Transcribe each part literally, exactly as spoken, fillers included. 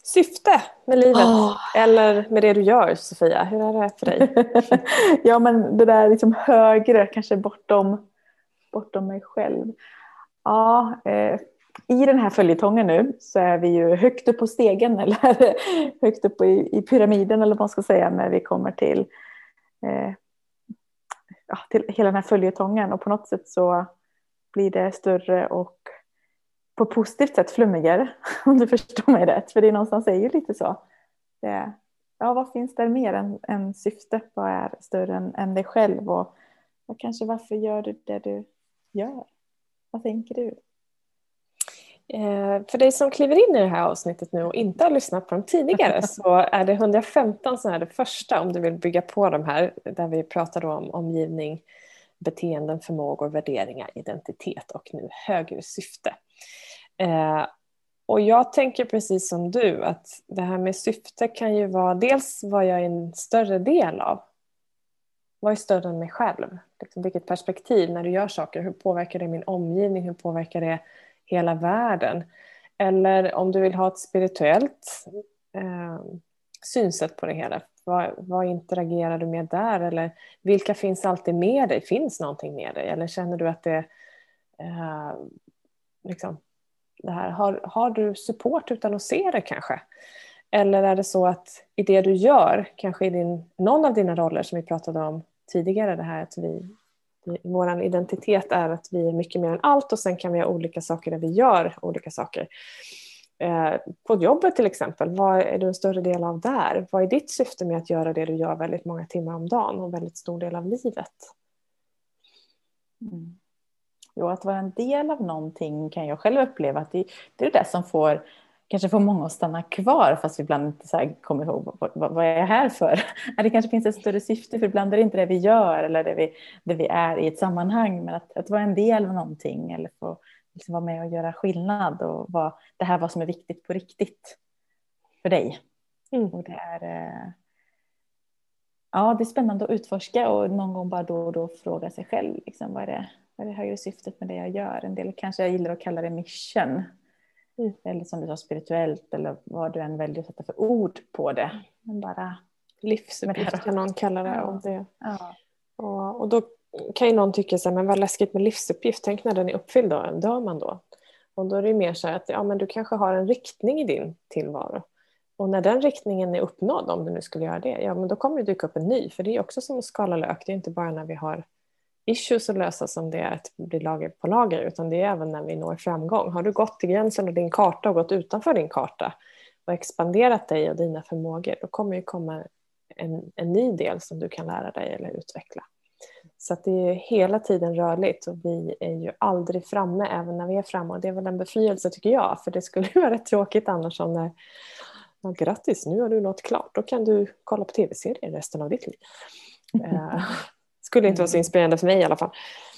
syfte med livet Oh. eller med det du gör, Sofia? Hur är det för dig? Ja, men det där liksom högre, kanske bortom, bortom mig själv. Ja, eh, i den här följetongen nu så är vi ju högt upp på stegen eller högt upp i, i pyramiden eller vad man ska säga när vi kommer till, eh, ja, till hela den här följetongen, och på något sätt så blir det större och på positivt sätt flummigare, om du förstår mig rätt, för det är någonstans är ju lite så. Det, ja, vad finns där mer än, än syfte? Vad är större än, än dig själv? Och, och kanske varför gör du det du gör? Vad tänker du? Eh, för dig som kliver in i det här avsnittet nu och inte har lyssnat på dem tidigare, så är det hundrafemton som är det första, om du vill bygga på de här, där vi pratar om omgivning, beteenden, förmågor, värderingar, identitet och nu högre syfte. Eh, och jag tänker precis som du att det här med syfte kan ju vara dels vad jag är en större del av. Vad är större än mig själv? Liksom, vilket perspektiv när du gör saker? Hur påverkar det min omgivning? Hur påverkar det hela världen? Eller om du vill ha ett spirituellt eh, synsätt på det hela. Vad, vad interagerar du med där? Eller vilka finns alltid med dig? Finns någonting med dig? Eller känner du att det... Eh, liksom, det här, har, har du support utan att se det kanske? Eller är det så att i det du gör, kanske i din, någon av dina roller som vi pratade om tidigare, det här att vi, vi, vår identitet är att vi är mycket mer än allt, och sen kan vi ha olika saker där vi gör olika saker. Eh, på jobbet till exempel, vad är du en större del av där? Vad är ditt syfte med att göra det du gör väldigt många timmar om dagen och väldigt stor del av livet? Mm. Jo, att vara en del av någonting kan jag själv uppleva att det, det är det som får, kanske får många att stanna kvar, fast vi ibland inte så här kommer ihåg vad, vad, vad är jag här för? Det kanske finns ett större syfte, för ibland är det inte det vi gör eller det vi, det vi är i ett sammanhang, men att, att vara en del av någonting eller få liksom vara med och göra skillnad och vad det här vad som är viktigt på riktigt för dig. Mm. Och det är eh, ja, det är spännande att utforska och någon gång bara då och då fråga sig själv liksom, vad är det Vad är det högre syftet med det jag gör? En del kanske jag gillar att kalla det mission. Mm. Eller som du sa, spirituellt. Eller vad du än väljer att sätta för ord på det. Men bara livsuppgift kan någon kalla det. Ja. Om det. Ja. Och, och då kan ju någon tycka så här, men vad läskigt med livsuppgift. Tänk när den är uppfylld då, dör man då? Och då är det mer så här att ja, men du kanske har en riktning i din tillvaro. Och när den riktningen är uppnådd, om du nu skulle göra det, ja men då kommer det dyka upp en ny. För det är också som att skala lök. Det är inte bara när vi har issues att lösa som det är att bli lager på lager, utan det är även när vi når framgång. Har du gått till gränsen av din karta och gått utanför din karta och expanderat dig och dina förmågor, då kommer ju komma en, en ny del som du kan lära dig eller utveckla. Så att det är hela tiden rörligt, och vi är ju aldrig framme även när vi är framme, och det är väl en befrielse tycker jag, för det skulle ju vara rätt tråkigt annars om när ja, grattis, nu har du nått klart, då kan du kolla på tv-serier resten av ditt liv. Skulle inte vara så inspirerande för mig i alla fall.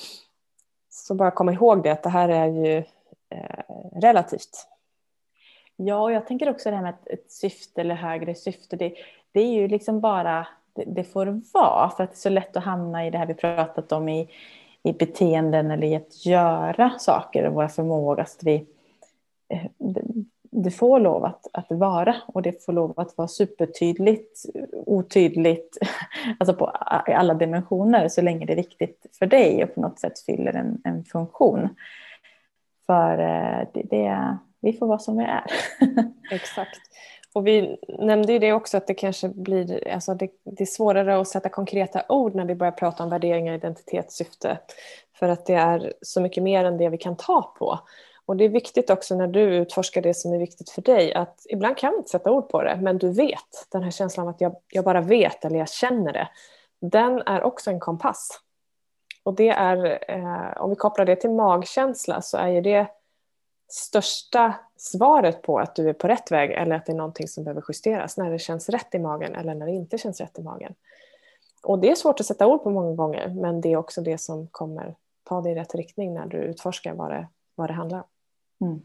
Så bara komma ihåg det, att det här är ju eh, relativt. Ja, och jag tänker också det här med ett, ett syfte eller högre syfte. Det, det är ju liksom bara, det, det får vara. För att det är så lätt att hamna i det här vi pratat om i, i beteenden eller i att göra saker och våra förmågor. Så att vi, det, det får lov att, att vara, och det får lov att vara supertydligt, otydligt, alltså på alla dimensioner, så länge det är viktigt för dig och på något sätt fyller en, en funktion. För det, det, vi får vara som vi är. Exakt. Och vi nämnde ju det också, att det kanske blir, alltså det, det är svårare att sätta konkreta ord när vi börjar prata om värderingar, identitet, syfte. För att det är så mycket mer än det vi kan ta på. Och det är viktigt också när du utforskar det som är viktigt för dig, att ibland kan vi inte sätta ord på det, men du vet, den här känslan av att jag, jag bara vet eller jag känner det, den är också en kompass. Och det är, eh, om vi kopplar det till magkänsla, så är ju det största svaret på att du är på rätt väg eller att det är någonting som behöver justeras, när det känns rätt i magen eller när det inte känns rätt i magen. Och det är svårt att sätta ord på många gånger, men det är också det som kommer ta dig i rätt riktning när du utforskar vad det, vad det handlar om. Mm.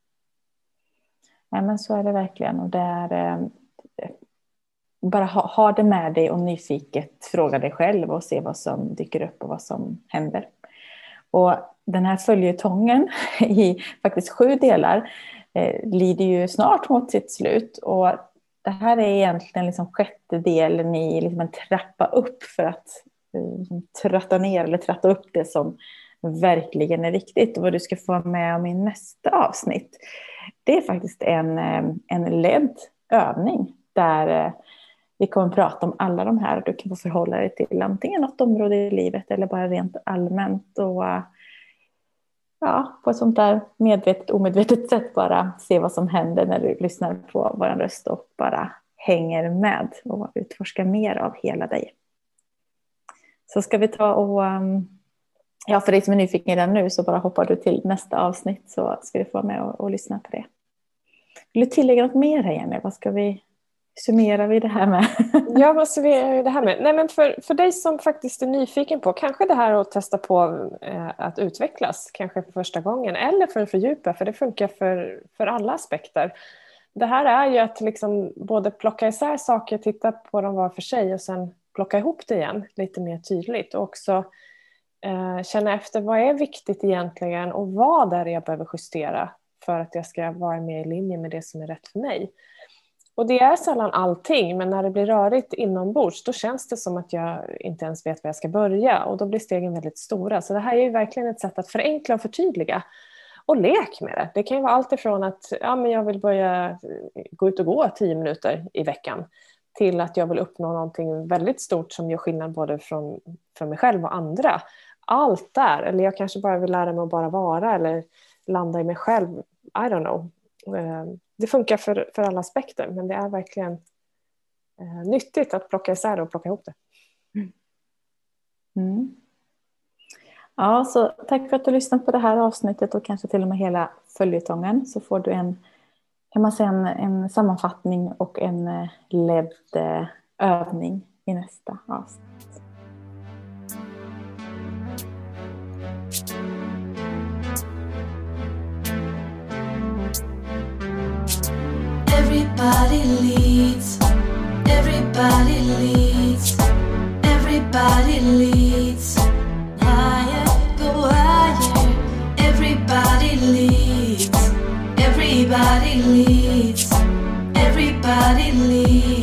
Ja, men så är det verkligen, och det är eh, bara ha, ha det med dig och nyfiket fråga dig själv och se vad som dyker upp och vad som händer. Och den här följetongen i faktiskt sju delar eh, lider ju snart mot sitt slut. Och det här är egentligen liksom sjätte delen i liksom en trappa upp för att eh, tratta ner eller tratta upp det som verkligen är viktigt. Och vad du ska få med om i nästa avsnitt, det är faktiskt en, en ledd övning där vi kommer att prata om alla de här. Du kan få förhålla dig till antingen något område i livet eller bara rent allmänt. Och ja, på ett sånt där medvetet, omedvetet sätt bara se vad som händer när du lyssnar på vår röst och bara hänger med och utforskar mer av hela dig. Så ska vi ta och, ja, för dig som är nyfiken redan nu så bara hoppar du till nästa avsnitt så ska du få med och, och lyssna på det. Vill du tillägga något mer här, Jenny? Vad ska vi summera vi det här med? Ja, vad summerar vi det här med? Nej, men för, för dig som faktiskt är nyfiken på kanske det här att testa på eh, att utvecklas, kanske för första gången, eller för att fördjupa, för det funkar för, för alla aspekter. Det här är ju att liksom både plocka isär saker, titta på dem var för sig och sen plocka ihop det igen lite mer tydligt. Och också eh, känna efter vad är viktigt egentligen och vad är det jag behöver justera för att jag ska vara mer i linje med det som är rätt för mig. Och det är sällan allting, men när det blir rörigt inombords då känns det som att jag inte ens vet var jag ska börja. Och då blir stegen väldigt stora. Så det här är ju verkligen ett sätt att förenkla och förtydliga. Och lek med det. Det kan ju vara allt ifrån att ja, men jag vill börja gå ut och gå tio minuter i veckan till att jag vill uppnå någonting väldigt stort som gör skillnad både från, från mig själv och andra. Allt där. Eller jag kanske bara vill lära mig att bara vara eller landa i mig själv. I don't know. Det funkar för, för alla aspekter, men det är verkligen eh, nyttigt att plocka isär och plocka ihop det. Mm. Mm. Ja, så tack för att du lyssnat på det här avsnittet och kanske till och med hela följetongen, så får du en, kan man säga, en, en sammanfattning och en ledd övning i nästa avsnitt. Everybody leads, everybody leads, everybody leads, higher, go higher. Everybody leads, everybody leads, everybody leads.